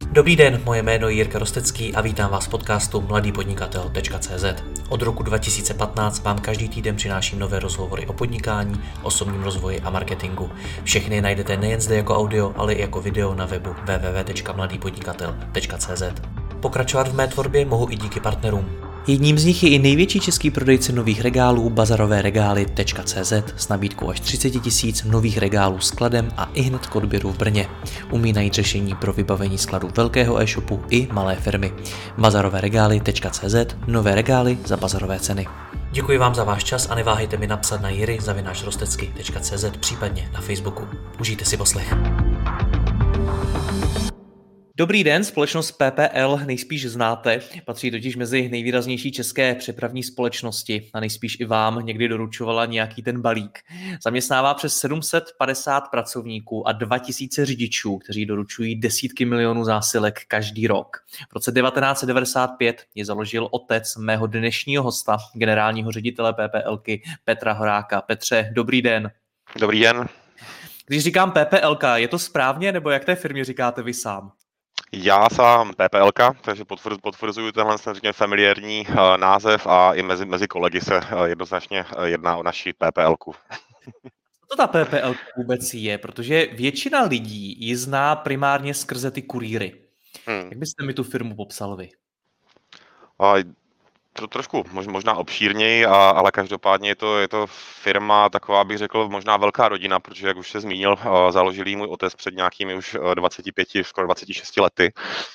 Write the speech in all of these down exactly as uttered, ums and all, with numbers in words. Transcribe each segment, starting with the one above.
Dobrý den, moje jméno je Jirka Rostecký a vítám vás v podcastu mladý podnikatel tečka cé zet. Od roku dva tisíce patnáct vám každý týden přináším nové rozhovory o podnikání, osobním rozvoji a marketingu. Všechny najdete nejen zde jako audio, ale i jako video na webu w w w tečka mladý podnikatel tečka cé zet. Pokračovat v mé tvorbě mohu i díky partnerům. Jedním z nich je i největší český prodejce nových regálů bazarové regály tečka cé zet s nabídkou až třicet tisíc nových regálů skladem a ihned k odběru v Brně. Umí najít řešení pro vybavení skladu velkého e-shopu i malé firmy. bazarové regály tečka cé zet, nové regály za bazarové ceny. Děkuji vám za váš čas a neváhejte mi napsat na jiry zavináč rostecky tečka cé zet, případně na Facebooku. Užijte si poslech. Dobrý den, společnost P P L nejspíš znáte, patří totiž mezi nejvýraznější české přepravní společnosti a nejspíš i vám někdy doručovala nějaký ten balík. Zaměstnává přes sedm set padesát pracovníků a dva tisíce řidičů, kteří doručují desítky milionů zásilek každý rok. V roce devatenáct set devadesát pět je založil otec mého dnešního hosta, generálního ředitele PPLky Petra Horáka. Petře, dobrý den. Dobrý den. Když říkám P P L K, je to správně, nebo jak té firmě říkáte vy sám? Já sám P P L K, takže potvrz, potvrzuju tenhle řekněme, familiární uh, název a i mezi, mezi kolegy se uh, jednoznačně uh, jedná o naši P P L ku. Co to ta P P L vůbec je? Protože většina lidí ji zná primárně skrze ty kurýry. Hmm. Jak byste mi tu firmu popsal vy? Uh, To trošku možná obšírněji, ale každopádně je to, je to firma taková, bych řekl, možná velká rodina, protože, jak už se zmínil, založil ji můj otec před nějakými už dvaceti pěti, skoro dvaceti šesti lety.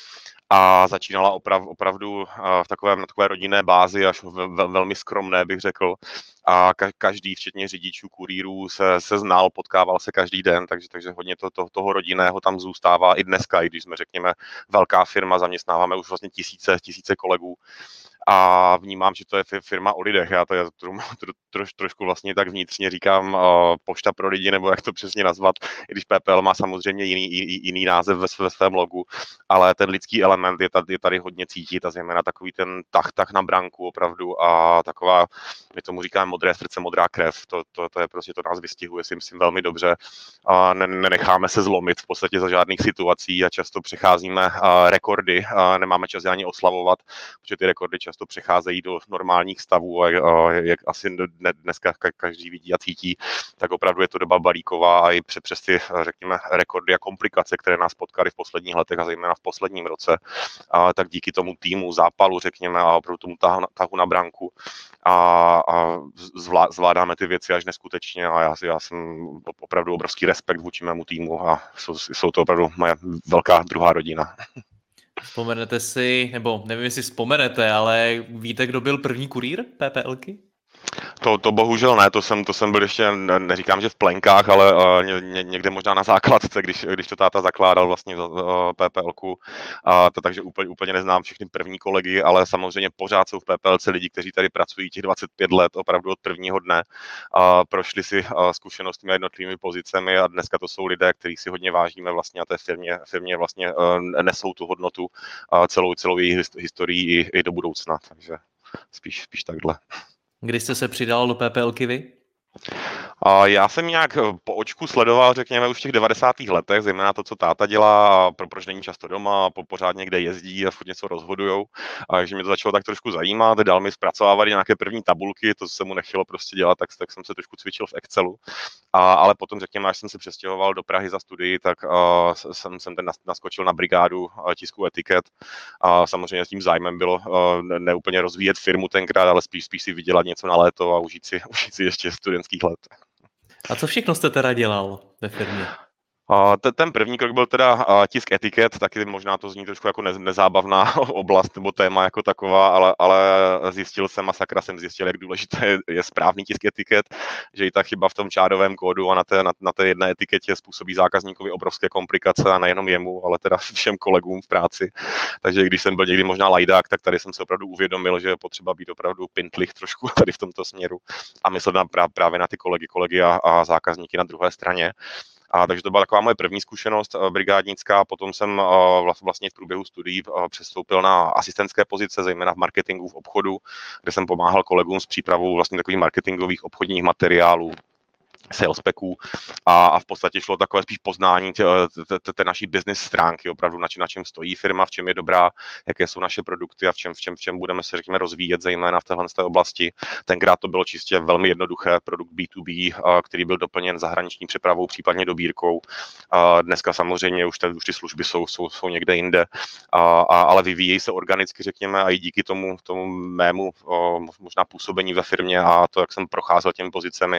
A začínala oprav, opravdu v takové, na takové rodinné bázi, až ve, velmi skromné, bych řekl. A každý, včetně řidičů, kurýrů, se, se znal, potkával se každý den, takže, takže hodně to, to, toho rodinného tam zůstává i dneska, i když jsme, řekněme, velká firma, zaměstnáváme už vlastně tisíce, tisíce kolegů. A vnímám, že to je firma o lidech. Já to je tro, tro, trošku vlastně tak vnitřně říkám uh, pošta pro lidi, nebo jak to přesně nazvat, i když P P L má samozřejmě jiný, jiný název ve, ve svém logu, ale ten lidský element je tady, je tady hodně cítit a zejména takový ten tah, tah na branku opravdu a taková, my tomu říkáme modré srdce, modrá krev, to, to, to je prostě, to nás vystihuje, si myslím, velmi dobře. A ne, nenecháme se zlomit v podstatě za žádných situací a často přecházíme uh, rekordy, uh, nemáme čas je ani oslavovat, protože ty rekordy často to přecházejí do normálních stavů a jak asi dneska každý vidí a cítí, tak opravdu je to doba balíková a i přes ty, řekněme, rekordy a komplikace, které nás potkaly v posledních letech a zejména v posledním roce, a tak díky tomu týmu, zápalu, řekněme, a opravdu tomu tahu, tahu na branku a, a zvládáme ty věci až neskutečně a já, já jsem opravdu obrovský respekt vůči mému týmu a jsou, jsou to opravdu moje velká druhá rodina. Vzpomenete si, nebo nevím, jestli vzpomenete, ale víte, kdo byl první kurýr PPLky? To, to bohužel ne, to jsem, to jsem byl ještě, neříkám, že v plenkách, ale uh, ně, někde možná na základce, když, když to táta zakládal vlastně uh, PPLku, uh, to, takže úplně, úplně neznám všechny první kolegy, ale samozřejmě pořád jsou v PPLce lidi, kteří tady pracují těch dvacet pět let, opravdu od prvního dne, uh, prošli si uh, zkušenostmi a jednotlivými pozicemi a dneska to jsou lidé, kteří si hodně vážíme vlastně a té firmě, firmě vlastně uh, nesou tu hodnotu uh, celou, celou její historii i, i do budoucna, takže spíš, spíš takhle. Kdy jste se přidal do PPLky vy? Já jsem nějak po očku sledoval, řekněme, už v těch devadesátých letech, zejména to, co táta dělá, pro, proč není často doma, po, pořád někde jezdí a furt něco rozhodujou. A takže mě to začalo tak trošku zajímat, dal mi zpracovávat nějaké první tabulky, to se mu nechtělo prostě dělat, tak, tak jsem se trošku cvičil v Excelu. A, ale potom, řekněme, až jsem se přestěhoval do Prahy za studii, tak uh, jsem, jsem ten naskočil na brigádu uh, tisku etiket. A samozřejmě s tím zájmem bylo uh, neúplně rozvíjet firmu tenkrát, ale spíš, spíš si vydělat něco na léto a užít si, užít si ještě studentských let. A co všechno jste teda dělal ve firmě? Uh, ten první krok byl teda uh, tisk etiket, taky možná to zní trošku jako ne, nezábavná oblast nebo téma jako taková, ale, ale zjistil jsem a sakra jsem zjistil, jak důležité je, je správný tisk etiket, že i ta chyba v tom čádovém kódu a na té, na, na té jedné etiketě způsobí zákazníkovi obrovské komplikace a nejenom jemu, ale teda všem kolegům v práci. Takže když jsem byl někdy možná lajdák, tak tady jsem se opravdu uvědomil, že je potřeba být opravdu pintlich trošku tady v tomto směru a myslet na, právě na ty kolegy, kolegy a, a zákazníky na druhé straně. A takže to byla taková moje první zkušenost brigádnická, potom jsem vlastně v průběhu studií přestoupil na asistentské pozice, zejména v marketingu, v obchodu, kde jsem pomáhal kolegům s přípravou vlastně takových marketingových obchodních materiálů, sales packů a, a v podstatě šlo takové spíš poznání té, té, té naší business stránky, opravdu na čem, na čem stojí firma, v čem je dobrá, jaké jsou naše produkty a v čem, v čem, v čem budeme se, řekněme, rozvíjet, zejména v téhle té oblasti. Tenkrát to bylo čistě velmi jednoduché, produkt bé dvě bé, který byl doplněn zahraniční přepravou, případně dobírkou. Dneska samozřejmě už, te, už ty služby jsou, jsou, jsou někde jinde, a, a, ale vyvíjejí se organicky, řekněme, a i díky tomu, tomu mému o, možná působení ve firmě a to, jak jsem procházel těmi pozicemi,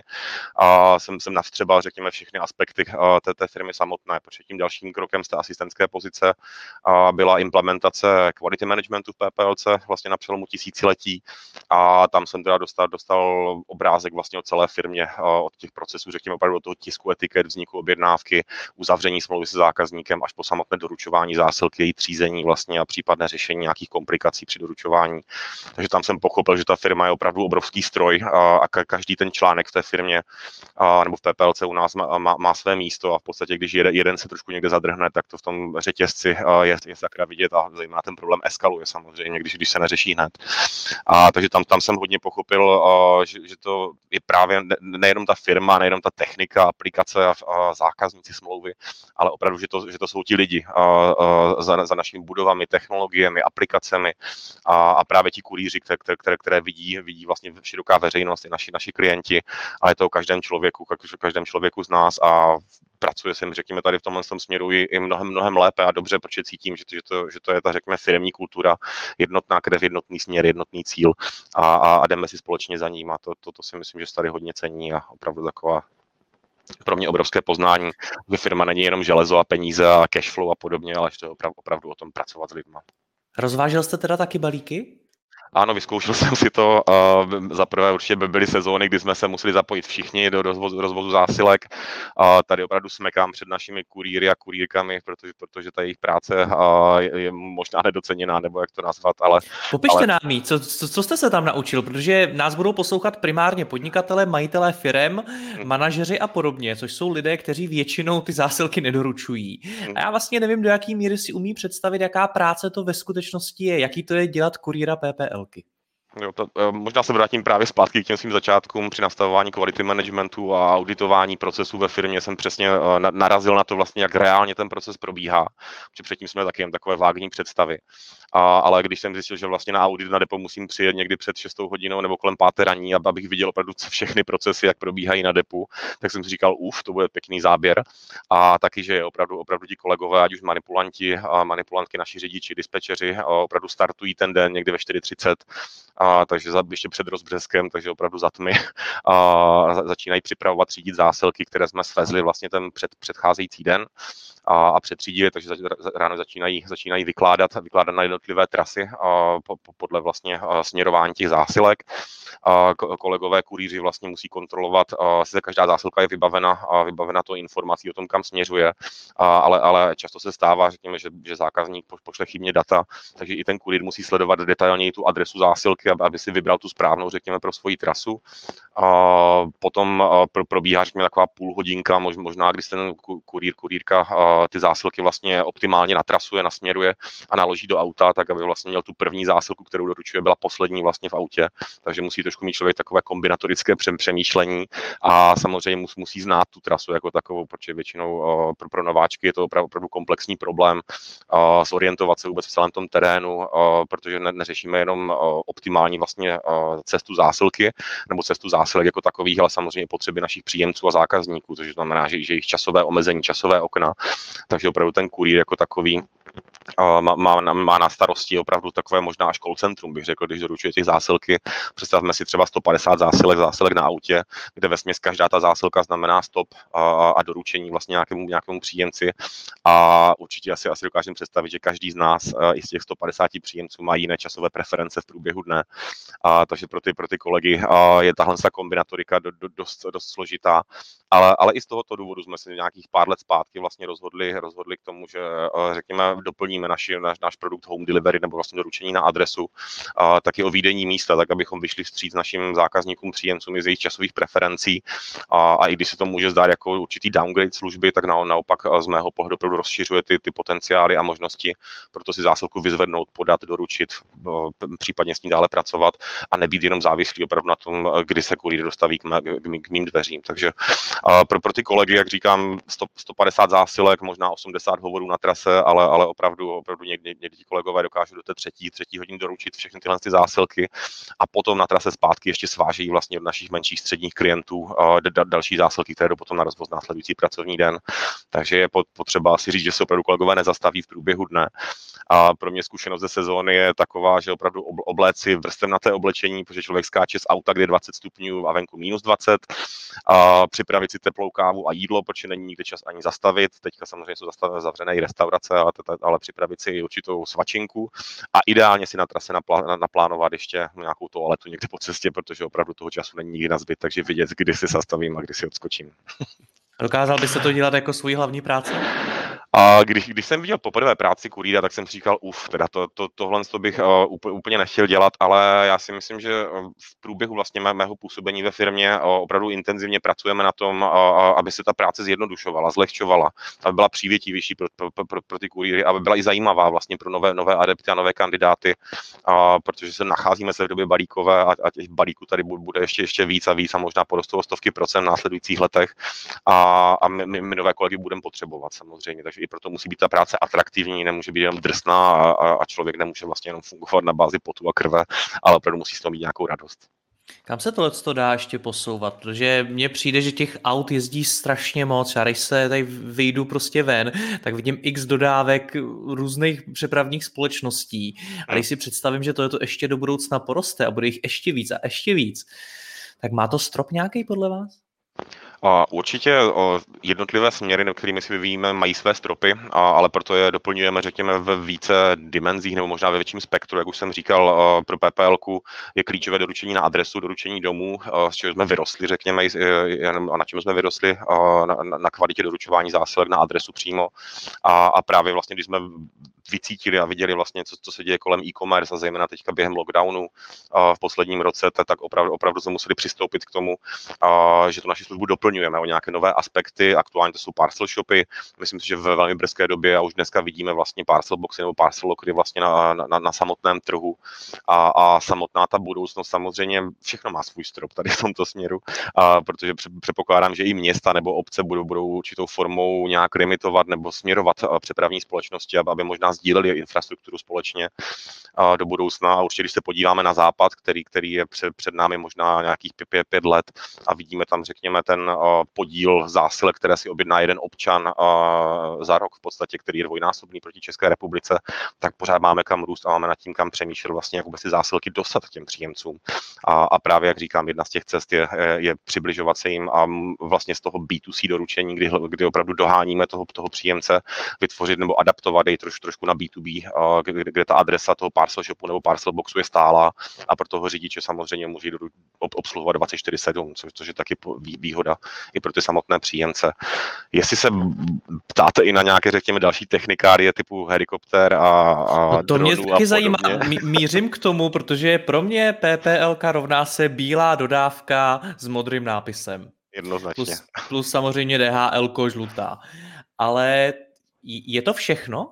a jsem, jsem navstřebal, řekněme, všechny aspekty té, té firmy samotné, protože tím dalším krokem z té asistentské pozice byla implementace quality managementu v P P L C vlastně na přelomu tisíciletí a tam jsem teda dostal, dostal obrázek vlastně o celé firmě, od těch procesů, řekněme, opravdu od toho tisku etiket, vzniku objednávky, uzavření smlouvy se zákazníkem až po samotné doručování zásilky, její třízení vlastně a případné řešení nějakých komplikací při doručování. Takže tam jsem pochopil, že ta firma je opravdu obrovský stroj a každý ten článek v té firmě a, nebo v P P L C u nás má, má, má své místo a v podstatě, když jeden, jeden se trošku někde zadrhne, tak to v tom řetězci je, je sakra vidět a zejména ten problém eskaluje samozřejmě, když, když se neřeší hned. A, takže tam, tam jsem hodně pochopil, a, že, že to je právě ne, nejenom ta firma, nejenom ta technika, aplikace a, a zákazníci smlouvy, ale opravdu, že to, že to jsou ti lidi a, a, za, za našimi budovami, technologiemi, aplikacemi a, a právě ti kurýři, které, které, které vidí, vidí vlastně široká veřejnost, i naši, naši klienti, ale je to o každém člověku, o každém člověku z nás a pracuje se, řekněme, tady v tomhle směru i, i mnohem, mnohem lépe a dobře, protože cítím, že to, že to, že to je ta, řekněme, firemní kultura, jednotná krev, jednotný směr, jednotný cíl a, a, a jdeme si společně za ním a to, to, to si myslím, že se tady hodně cení a opravdu taková pro mě obrovské poznání, že firma není jenom železo a peníze a cashflow a podobně, ale že to je opravdu, opravdu o tom pracovat s lidma. Rozvážel jste teda taky balíky? Ano, vyzkoušel jsem si to. Za prvé určitě by byly sezóny, kdy jsme se museli zapojit všichni do rozvozu, rozvozu zásilek. Tady opravdu smekám před našimi kurýry a kurýrkami, protože, protože ta jejich práce je, je možná nedoceněná, nebo jak to nazvat. Ale, Popište ale... nám jí, co, co, co jste se tam naučil, protože nás budou poslouchat primárně podnikatelé, majitelé firem, hmm. manažeři a podobně, což jsou lidé, kteří většinou ty zásilky nedoručují. A já vlastně nevím, do jaký míry si umí představit, jaká práce to ve skutečnosti je, jaký to je dělat kurýra P P L. Jo, to, možná se vrátím právě zpátky k těm svým začátkům. Při nastavování quality managementu a auditování procesů ve firmě jsem přesně narazil na to vlastně, jak reálně ten proces probíhá. Protože předtím jsme taky jen takové vágní představy. A, ale když jsem zjistil, že vlastně na audit na depo musím přijet někdy před šestou hodinou nebo kolem páté raní, abych viděl opravdu všechny procesy, jak probíhají na depu, tak jsem si říkal, uf, to bude pěkný záběr. A taky, že opravdu, opravdu ti kolegové, ať už manipulanti, manipulantky, naši řidiči, dispečeři, opravdu startují ten den někdy ve čtyři třicet. A, takže za, ještě před rozbřeskem, takže opravdu za tmy a začínají připravovat, řídit zásilky, které jsme svezli vlastně ten před, předcházející den a, a přetřídili, takže za, ráno začínají, začínají vykládat, vykládat na jednotlivé trasy a, po, podle vlastně a, směrování těch zásilek. A, kolegové kurýři vlastně musí kontrolovat, sice každá zásilka je vybavena, a vybavena to informací o tom, kam směřuje, a, ale, ale často se stává, řekněme, že, že zákazník pošle chybně data, takže i ten kurýr musí sledovat detailněji tu adresu zásilky, aby si vybral tu správnou, řekněme, pro svoji trasu. A potom probíhá, řekněme, taková půl hodinka, možná, když ten kurýr, kurýrka ty zásilky vlastně optimálně natrasuje, nasměruje a naloží do auta, tak aby vlastně měl tu první zásilku, kterou doručuje, byla poslední vlastně v autě. Takže musí trošku mít člověk takové kombinatorické přemýšlení a samozřejmě musí znát tu trasu jako takovou, protože většinou pro, pro nováčky je to opravdu, opravdu komplexní problém zorientovat se vůbec v celém tom terénu, protože ne, neřešíme jenom optimální vlastně cestu zásilky nebo cestu zásilek jako takových, ale samozřejmě potřeby našich příjemců a zákazníků, což znamená, že, že jejich časové omezení, časové okna, takže opravdu ten kurýr jako takový má, má, má na starosti opravdu takové možná až call centrum, bych řekl, když doručuje těch zásilky. Představme si třeba sto padesát zásilek, zásilek na autě, kde vesměs každá ta zásilka znamená stop a, a doručení vlastně nějakému, nějakému příjemci. A určitě asi, asi dokážeme představit, že každý z nás i z těch sto padesát příjemců má jiné časové preference v průběhu dne. A, takže pro ty, pro ty kolegy a, je tahle kombinatorika do, do, dost, dost složitá. Ale, ale i z tohoto důvodu jsme se nějakých pár let zpátky vlastně rozhodli, rozhodli k tomu, že řekněme doplníme naši, náš, náš produkt home delivery nebo vlastně doručení na adresu, a taky o výdejní místa, tak abychom vyšli vstříc našim zákazníkům, příjemcům z jejich časových preferencí. A, a i když se to může zdát jako určitý downgrade služby, tak na, naopak z mého pohledu opravdu rozšiřuje ty, ty potenciály a možnosti, proto si zásilku vyzvednout, podat, doručit, případně s ní dále pracovat a nebýt jenom závislý opravdu na tom, kdy se kurýr dostaví k, mé, k mým dveřím. Takže pro, pro ty kolegy, jak říkám, sto, sto padesát zásilek, možná osmdesát hovorů na trase, ale, ale opravdu, opravdu někdy, někdy kolegové dokážou do té třetí, třetí hodiny doručit všechny tyhle ty zásilky a potom na trase zpátky ještě svážejí vlastně od našich menších středních klientů da, další zásilky, které jdou potom na rozvoz následující pracovní den. Takže je potřeba si říct, že se opravdu kolegové nezastaví v průběhu dne. A pro mě zkušenost ze sezóny je taková, že opravdu obléci vrstevnaté oblečení, protože člověk skáče z auta, kde je dvacet stupňů a venku minus dvacet, a připravit si teplou kávu a jídlo, protože není nikde čas ani zastavit. Teďka samozřejmě jsou zavřené i restaurace, ale, ale připravit si určitou svačinku a ideálně si na trase naplánovat ještě nějakou toaletu někde po cestě, protože opravdu toho času není nikdy nazbyt, takže vidět, kdy si zastavím a kdy si odskočím. Dokázal byste to dělat jako svůj hlavní práci? A když, když jsem viděl poprvé práci kurýra, tak jsem říkal, uf, teda to, to, tohle to bych uh, úplně nechtěl dělat, ale já si myslím, že v průběhu vlastně mé, mého působení ve firmě uh, opravdu intenzivně pracujeme na tom, uh, aby se ta práce zjednodušovala, zlehčovala, aby byla přívětivější pro, pro, pro, pro ty kurýry, aby byla i zajímavá vlastně pro nové, nové adepty a nové kandidáty, uh, protože se nacházíme se v době balíkové a, a těch balíků tady bude ještě, ještě víc a víc a možná porostou stovky procent v následujících letech a, a my, my nové kolegy budeme potřebovat samozřejmě, takže i proto musí být ta práce atraktivní, nemůže být jenom drsná a, a člověk nemůže vlastně jenom fungovat na bázi potu a krve, ale opravdu musí z toho mít nějakou radost. Kam se tohle to dá ještě posouvat? Protože mně přijde, že těch aut jezdí strašně moc. Já když se tady vyjdu prostě ven, tak vidím x dodávek různých přepravních společností. A když si představím, že tohle to ještě do budoucna poroste a bude jich ještě víc a ještě víc, tak má to strop nějaký podle vás? Určitě jednotlivé směry, kterými si vyvíjíme, mají své stropy, ale proto je doplňujeme, řekněme, ve více dimenzích nebo možná ve větším spektru. Jak už jsem říkal, pro P P L ku je klíčové doručení na adresu, doručení domů, z čeho jsme vyrostli, řekněme, a na čem jsme vyrostli, na, na kvalitě doručování zásilek na adresu přímo. A, a právě vlastně, když jsme vycítili a viděli vlastně, co, co se děje kolem e-commerce a zejména teďka během lockdownu v posledním roce, tak opravdu, opravdu jsme museli přistoupit k tomu, že tu naši službu doplňujeme o nějaké nové aspekty. Aktuálně to jsou parcel shopy. Myslím si, že ve velmi brzké době a už dneska vidíme vlastně parcel boxy nebo parcel lockery vlastně na, na, na samotném trhu a, a samotná ta budoucnost samozřejmě všechno má svůj strop tady v tomto směru, a, protože předpokládám, že i města nebo obce budou, budou určitou formou nějak limitovat nebo směrovat přepravní společnosti, aby možná sdíleli infrastrukturu společně a, do budoucna. A určitě, když se podíváme na západ, který, který je před, před námi možná nějakých pět, pět let a vidíme tam, řekněme, ten uh, podíl zásilek, které si objedná jeden občan uh, za rok v podstatě, který je dvojnásobný proti České republice, tak pořád máme kam růst a máme nad tím, kam přemýšlet vlastně, jak vůbec ty zásilky dostat těm příjemcům. A, a právě, jak říkám, jedna z těch cest je, je přibližovat se jim a vlastně z toho bé dvě cé doručení, kdy, kdy opravdu doháníme toho, toho příjemce, vytvořit nebo adaptovat jej troš, trošku na bé dvě bé, uh, kde, kde ta adresa toho parcel shopu nebo parcel boxu je stála a pro toho řidiče samozřejmě může obsluhovat dvacet čtyři sedm, což, což je taky výhoda i pro ty samotné příjemce. Jestli se ptáte i na nějaké, řekněme, další technikárie typu helikoptér a, a no to mě taky zajímá. Mí, mířím k tomu, protože pro mě P P L ka rovná se bílá dodávka s modrým nápisem. Jednoznačně. Plus, plus samozřejmě D H L ko žlutá. Ale je to všechno?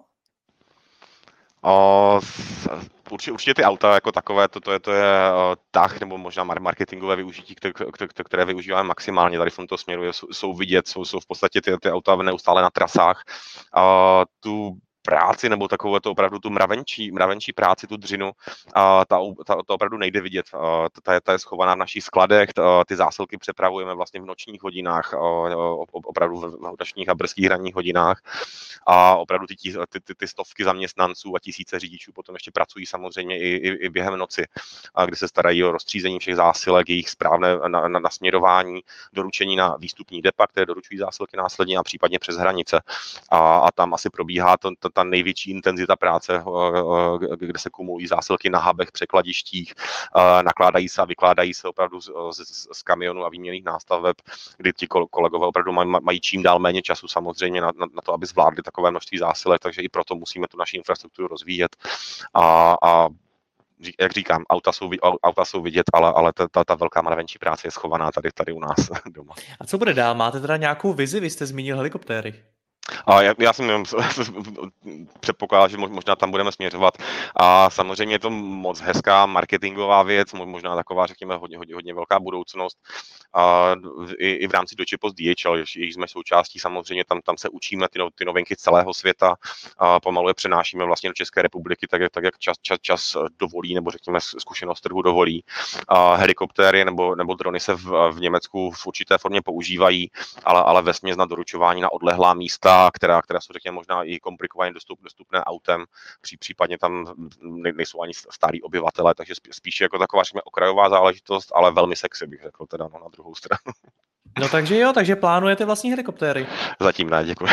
O, určitě, určitě ty auta jako takové, to, to je, to je uh, tah nebo možná marketingové využití, které, které využíváme maximálně tady v tomto směru, jsou, jsou vidět, jsou, jsou v podstatě ty, ty auta neustále na trasách. Uh, tu práci nebo takovou to opravdu tu mravenčí, mravenčí práci, tu dřinu, a ta, ta, ta opravdu nejde vidět. A ta, je, ta je schovaná v našich skladech, ta, ty zásilky přepravujeme vlastně v nočních hodinách, a, opravdu v nočních a brzkých ranních hodinách a opravdu ty, ty, ty, ty stovky zaměstnanců a tisíce řidičů potom ještě pracují samozřejmě i, i, i během noci, a kdy se starají o rozstřízení všech zásilek, jejich správné na, na, nasměrování, doručení na výstupní depa, které doručují zásilky následně a případně přes hranice. A, a tam asi probíhá to, to ta největší intenzita práce, kde se kumulují zásilky na hubech, překladištích, nakládají se a vykládají se opravdu z, z, z kamionů a výměnných nástaveb, kdy ti kolegové opravdu mají, mají čím dál méně času samozřejmě na, na, na to, aby zvládli takové množství zásilek, takže i proto musíme tu naši infrastrukturu rozvíjet. A, a jak říkám, auta jsou, auta jsou vidět, ale, ale ta, ta, ta velká mravenčí práce je schovaná tady, tady u nás doma. A co bude dál? Máte teda nějakou vizi? Vy jste zmínil helikoptéry. A já, já jsem jenom předpokládal, že možná tam budeme směřovat. A samozřejmě je to moc hezká marketingová věc, možná taková, řekněme, hodně, hodně, hodně velká budoucnost. A i, i v rámci Deutsche Post D H L, jež jsme součástí, samozřejmě tam, tam se učíme ty, no, ty novinky z celého světa. A pomalu je přenášíme vlastně do České republiky, tak, tak jak čas, čas, čas dovolí, nebo řekněme zkušenost trhu dovolí. A helikoptéry nebo, nebo drony se v, v Německu v určité formě používají, ale, ale vesměs na doručování na odlehlá místa, Která, která jsou, řekněme, možná i komplikovaně dostup, dostupné autem, pří, případně tam nejsou ani starí obyvatelé, takže spíše jako taková, řekněme, okrajová záležitost, ale velmi sexy, bych řekl teda, no, na druhou stranu. No takže jo, takže plánujete vlastní helikoptéry? Zatím ne, děkuji.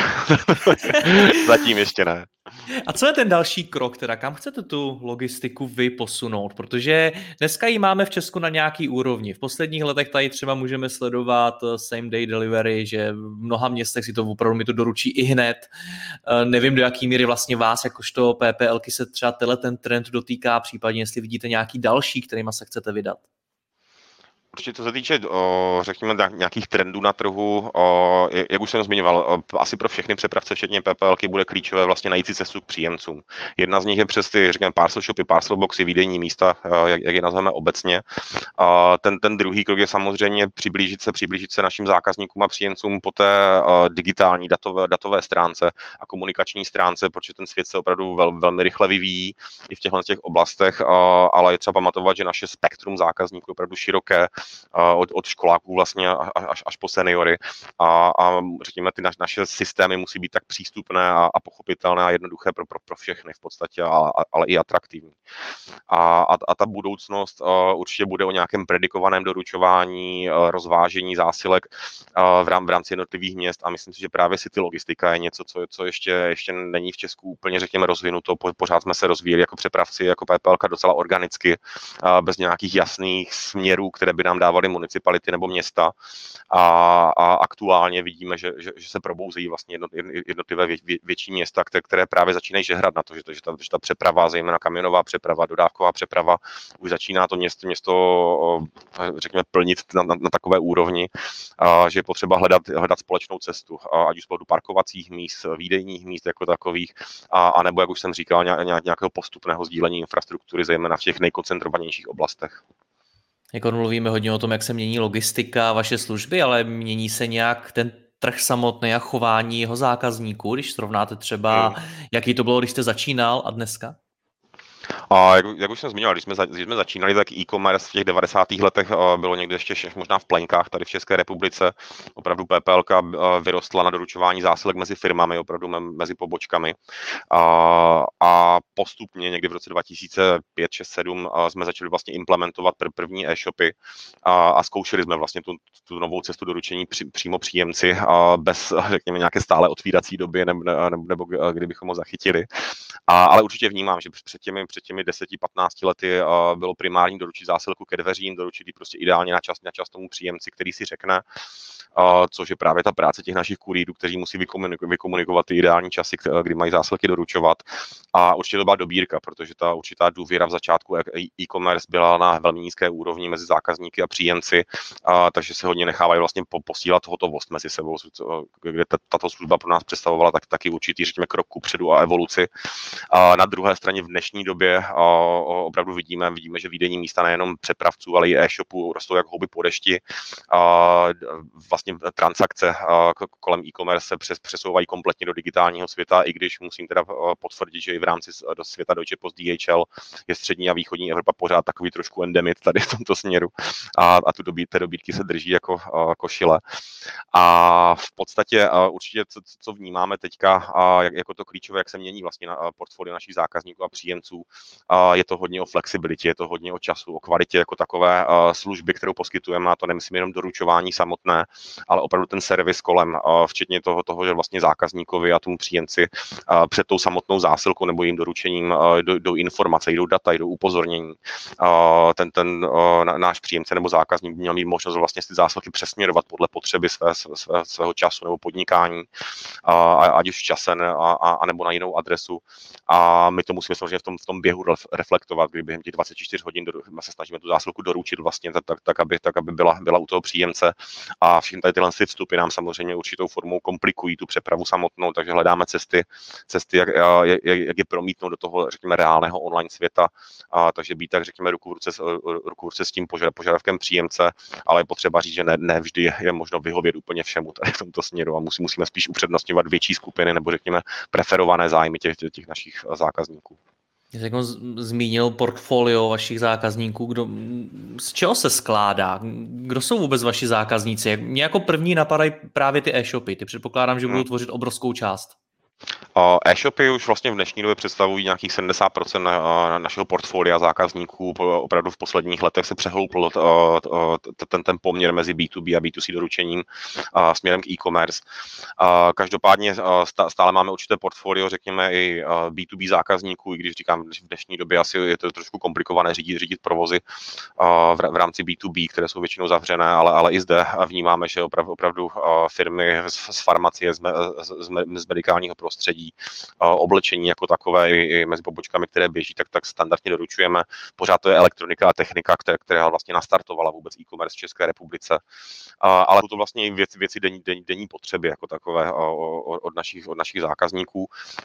Zatím ještě ne. A co je ten další krok, teda kam chcete tu logistiku vy posunout? Protože dneska ji máme v Česku na nějaký úrovni. V posledních letech tady třeba můžeme sledovat same day delivery, že v mnoha městech si to opravdu mi to doručí i hned. Nevím, do jaký míry vlastně vás, jakožto PPLky, se třeba tenhle ten trend dotýká, případně jestli vidíte nějaký další, kterýma se chcete vydat. Určitě co se týče, řekněme, nějakých trendů na trhu, jak už jsem zmiňoval, asi pro všechny přepravce, včetně PPLky, bude klíčové vlastně najít si cestu k příjemcům. Jedna z nich je přes ty, řekněme, parcel shopy, parcel boxy, výdejní místa, jak, jak je nazveme obecně. Ten, ten druhý krok je samozřejmě přiblížit se, přiblížit se našim zákazníkům a příjemcům po té digitální datové, datové stránce a komunikační stránce, protože ten svět se opravdu vel, velmi rychle vyvíjí i v těchto těch oblastech, ale je třeba pamatovat, že naše spektrum zákazníků je opravdu široké, Od, od školáků vlastně až, až po seniory a, a řekněme, ty naš, naše systémy musí být tak přístupné a, a pochopitelné a jednoduché pro, pro, pro všechny v podstatě, a, a, ale i atraktivní. A, a, a ta budoucnost a, určitě bude o nějakém predikovaném doručování, a, rozvážení zásilek a, v, rám, v rámci jednotlivých měst a myslím si, že právě city logistika je něco, co, co ještě, ještě není v Česku úplně, řekněme, rozvinuto. Po, pořád jsme se rozvíjeli jako přepravci, jako PPLka docela organicky, a, bez nějakých jasných směrů, které by nám dávaly municipality nebo města a, a aktuálně vidíme, že, že, že se probouzí vlastně jednotlivé vě, vě, větší města, které, které právě začínají žehrat na to, že, to, že, ta, že ta přeprava, zejména kamionová přeprava, dodávková přeprava, už začíná to město, město řekněme, plnit na, na, na takové úrovni, a, že je potřeba hledat, hledat společnou cestu, a, ať už z pohledu parkovacích míst, výdejních míst jako takových, a, a nebo, jak už jsem říkal, nějak, nějakého postupného sdílení infrastruktury, zejména v těch nejkoncentrovanějších oblastech. Jako mluvíme hodně o tom, jak se mění logistika, vaše služby, ale mění se nějak ten trh samotný a chování jeho zákazníků, když srovnáte třeba, hmm. jaký to bylo, když jste začínal a dneska? A jak, jak už jsem zmiňoval, když jsme, za, když jsme začínali, tak e-commerce v těch devadesátých letech bylo někde ještě možná v plenkách tady v České republice. Opravdu PPLka vyrostla na doručování zásilek mezi firmami, opravdu mezi pobočkami. A, a postupně někdy v roce dva tisíce pět, šest, sedm jsme začali vlastně implementovat pr- první e-shopy a, a zkoušeli jsme vlastně tu, tu novou cestu doručení při, přímo příjemci a bez, řekněme, nějaké stále otvírací doby nebo, nebo, nebo kdybychom ho zachytili. A, ale určitě vnímám, že před těmi, před těmi deseti patnácti lety uh, bylo primární doručit zásilku ke dveřím, doručit ji prostě ideálně na čas, na čas tomu příjemci, který si řekne, uh, což je právě ta práce těch našich kurýrů, kteří musí vykomunik- vykomunikovat ty ideální časy, kdy mají zásilky doručovat. A určitě to byla dobírka, protože ta určitá důvěra v začátku e-commerce byla na velmi nízké úrovni mezi zákazníky a příjemci, uh, takže se hodně nechávají vlastně posílat hotovost mezi sebou, kde tato služba pro nás představovala tak, taky určitý, řekněme, krok kupředu a evoluci. Uh, na druhé straně v dnešní době uh, opravdu vidíme, vidíme, že výdejní místa nejenom přepravců, ale i e-shopů rostou jak houby po dešti. Uh, vlastně transakce uh, kolem e-commerce se přes, přesouvají kompletně do digitálního světa, i když musím teda uh, potvrdit, že i v rámci do světa Deutsche Post D H L je střední a východní Evropa pořád takový trošku endemit tady v tomto směru a, a tu dobí, té dobítky se drží jako, uh, košile. A v podstatě uh, určitě, co, co vnímáme teďka uh, jak, jako to klíčové, jak se mění vlastně na uh, portfolio našich zákazníků a příjemců, Je to hodně o flexibilitě, je to hodně o času, o kvalitě jako takové služby, kterou poskytujeme, a to nemyslím jenom doručování samotné, ale opravdu ten servis kolem, včetně toho, toho, že vlastně zákazníkovi a tomu příjemci před tou samotnou zásilkou nebo jejím doručením jdou informace, jdou data, jdou upozornění. Ten, ten náš příjemce nebo zákazník měl mít možnost vlastně ty zásilky přesměrovat podle potřeby své, své, svého času nebo podnikání, ať už v čase a, a nebo na jinou adresu. A my to musíme samozřejmě v tom, v tom běhu reflektovat, kdy během těch dvacet čtyři hodin se snažíme tu zásilku doručit vlastně tak, tak, aby, tak, aby byla, byla u toho příjemce. A všechny tady tyhle vstupy nám samozřejmě určitou formou komplikují tu přepravu samotnou, takže hledáme cesty, cesty jak, jak, jak je promítnout do toho, řekněme, reálného online světa. A, takže být tak, řekněme, ruku v ruce, ruku v ruce s tím požadavkem příjemce, ale je potřeba říct, že ne, ne vždy je, je možno vyhovět úplně všemu tady v tomto směru a musí, musíme spíš upřednostňovat větší skupiny nebo, řekněme, preferované zájmy těch, těch našich zákazníků. Jsi jako zmínil portfolio vašich zákazníků, kdo, z čeho se skládá? Kdo jsou vůbec vaši zákazníci? Mně jako první napadají právě ty e-shopy. Ty předpokládám, že budou tvořit obrovskou část. E-shopy už vlastně v dnešní době představují nějakých sedmdesát procent na, našeho portfolia zákazníků. Opravdu v posledních letech se přehloupl ten, ten poměr mezi B dva B a B dva C doručením směrem k e-commerce. Každopádně stále máme určité portfolio, řekněme, i B dva B zákazníků, i když říkám, v dnešní době asi je to trošku komplikované řídit, řídit provozy v rámci B dva B, které jsou většinou zavřené, ale, ale i zde vnímáme, že opravdu, opravdu firmy z farmacie, z, z, z medikálního prostředí, oblečení jako takové i mezi pobočkami, které běží, tak, tak standardně doručujeme. Pořád to je elektronika a technika, která, která vlastně nastartovala vůbec e-commerce v České republice. Ale jsou to vlastně i věci, věci denní, denní, denní potřeby jako takové od našich, od našich zákazníků.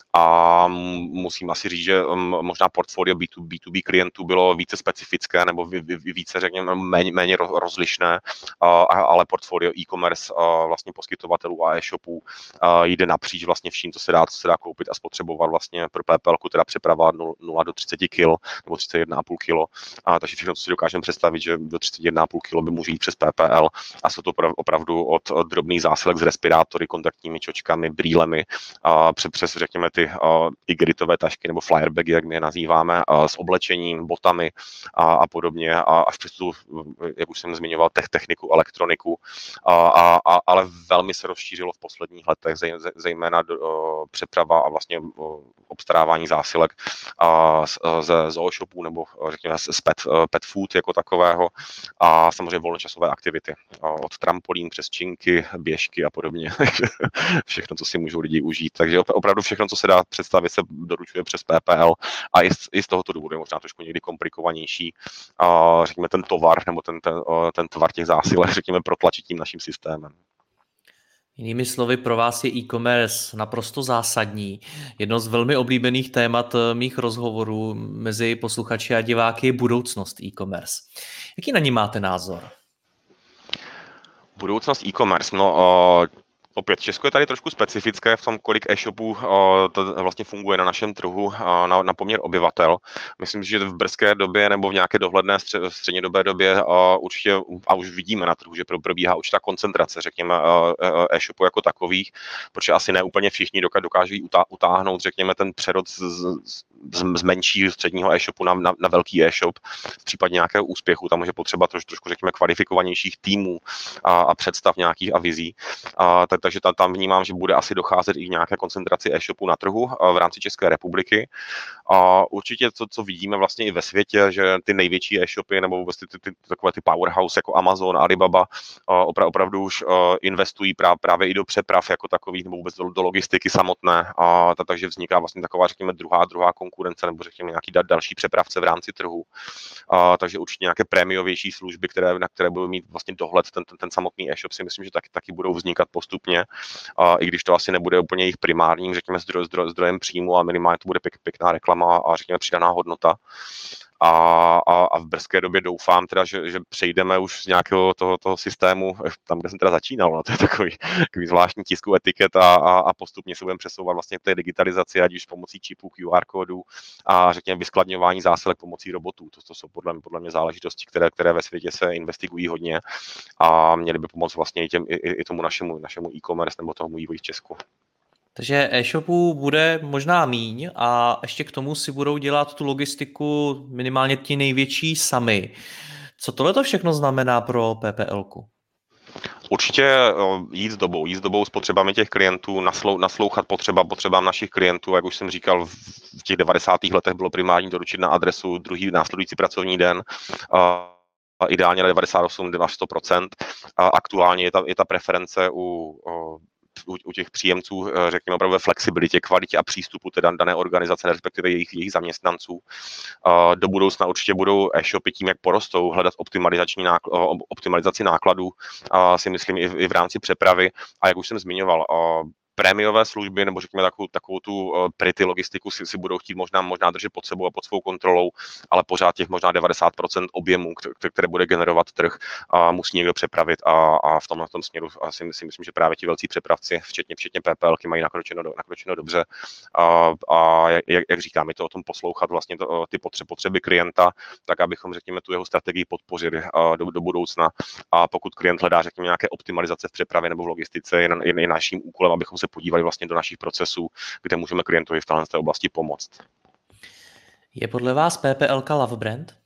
A musím asi říct, že možná portfolio B dva B klientů bylo více specifické nebo více, řekněme, méně, méně rozlišné, ale portfolio e-commerce vlastně poskytovatelů a e-shopů jde napříč vlastně vším, co se dá, co se dá koupit a spotřebovat vlastně pro P P L, teda přeprava nula do třicet kil nebo třicet jedna celá pět kilo. A takže všechno, co si dokážeme představit, že do třicet jedna celá pět kilo by může jít přes P P L a jsou to opravdu od, od drobných zásilek s respirátory, kontaktními čočkami, brýlemi, a přes, přes řekněme ty igritové tašky nebo flyerbagy, jak my je nazýváme, a s oblečením, botami a, a podobně, a až přes tu, jak už jsem zmiňoval, techniku, elektroniku, a, a, a, ale velmi se rozšířilo v posledních letech, zej, zejména do, o, přeprava a vlastně o, obstarávání zásilek a, ze zooshopů nebo řekněme z pet, pet food jako takového a samozřejmě volnočasové aktivity. Od trampolín přes činky, běžky a podobně. Všechno, co si můžou lidi užít. Takže opravdu všechno, co se dá představit, se doručuje přes P P L a i z, i z tohoto důvodu je možná trošku někdy komplikovanější, a, řekněme, ten tovar nebo ten, ten, ten tvar těch zásilek, řekněme, protlačit tím naším systémem. Jinými slovy, pro vás je e-commerce naprosto zásadní. Jedno z velmi oblíbených témat mých rozhovorů mezi posluchači a diváky je budoucnost e-commerce. Jaký na ní máte názor? Budoucnost e-commerce, no uh... Opět, Česko je tady trošku specifické v tom, kolik e-shopů to vlastně funguje na našem trhu na, na poměr obyvatel. Myslím, že v brzké době nebo v nějaké dohledné střednědobé době určitě, a už vidíme na trhu, že probíhá určitá koncentrace, řekněme, e-shopů jako takových, protože asi ne úplně všichni dokáží utáhnout, řekněme, ten přerod z, z, z menšího středního e-shopu na, na, na velký e-shop. V případě nějakého úspěchu tam je potřeba troš, trošku, řekněme, kvalifikovanějších týmů a, a představ nějakých a vizí. A, tak, takže tam vnímám, že bude asi docházet i k nějaké koncentraci e-shopů na trhu v rámci České republiky. A určitě to, co vidíme vlastně i ve světě, že ty největší e-shopy nebo vůbec ty, ty, ty, takové ty powerhouse jako Amazon, Alibaba opra, opravdu už investují právě, právě i do přeprav jako takových nebo vůbec do, do logistiky samotné. A takže vzniká vlastně taková, řekněme, druhá, druhá konkurence nebo řekněme nějaký další přepravce v rámci trhu. A, takže určitě nějaké prémiovější služby, které, na které budou mít vlastně dohled ten, ten, ten samotný e-shop, si myslím, že taky, taky budou vznikat postupně. A i když to asi nebude úplně jejich primárním, řekněme, zdroj, zdroj, zdrojem příjmu a minimálně to bude pěk, pěkná reklama a řekněme přidaná hodnota. A, a, a v brzké době doufám teda, že, že přejdeme už z nějakého toho, toho systému, tam, kde jsem teda začínal, no, to je takový, takový zvláštní tisku etiket a, a, a postupně se budeme přesouvat vlastně k té digitalizaci, ať už pomocí čipů, Q R kódů a řekněme vyskladňování zásilek pomocí robotů. To, to jsou podle mě, podle mě záležitosti, které, které ve světě se investigují hodně a měly by pomoct vlastně i, těm, i, i tomu našemu, našemu e-commerce nebo tomu vývoji v Česku. Takže e-shopů bude možná míň a ještě k tomu si budou dělat tu logistiku minimálně ti největší sami. Co tohle všechno znamená pro PPLku? Určitě jít s dobou, jít s dobou s potřebami těch klientů, naslou, naslouchat potřeba, potřebám našich klientů, jak už jsem říkal, v těch devadesátých letech bylo primární doručit na adresu druhý následující pracovní den. A ideálně na devadesát osm až sto procent. A aktuálně je ta, je ta preference u, u, u těch příjemců, řekněme, opravdu ve flexibilitě, kvalitě a přístupu teda dané organizace, respektive jejich, jejich zaměstnanců. Do budoucna určitě budou e-shopy tím, jak porostou, hledat optimalizační náklad, optimalizaci nákladů, si myslím, i v, i v rámci přepravy. A jak už jsem zmiňoval, prémiové služby, nebo řekněme takovou, takovou tu pretty logistiku si, si budou chtít možná, možná držet pod sebou a pod svou kontrolou, ale pořád těch možná devadesát procent objemů, které, které bude generovat trh, a musí někdo přepravit a, a v tomhle tom směru si, si myslím, že právě ti velcí přepravci, včetně, včetně PPLky, mají nakročeno, do, nakročeno dobře. A, a jak, jak říkám, je to o tom poslouchat vlastně to, ty potřeby, potřeby klienta, tak abychom, řekněme, tu jeho strategii podpořili do, do budoucna. A pokud klient hledá, řekněme, nějaké optimalizace v přepravě nebo v logistice, je, je, je naším úkolem, abychom se podívali vlastně do našich procesů, kde můžeme klientovi v této oblasti pomoct. Je podle vás PPLka love brand?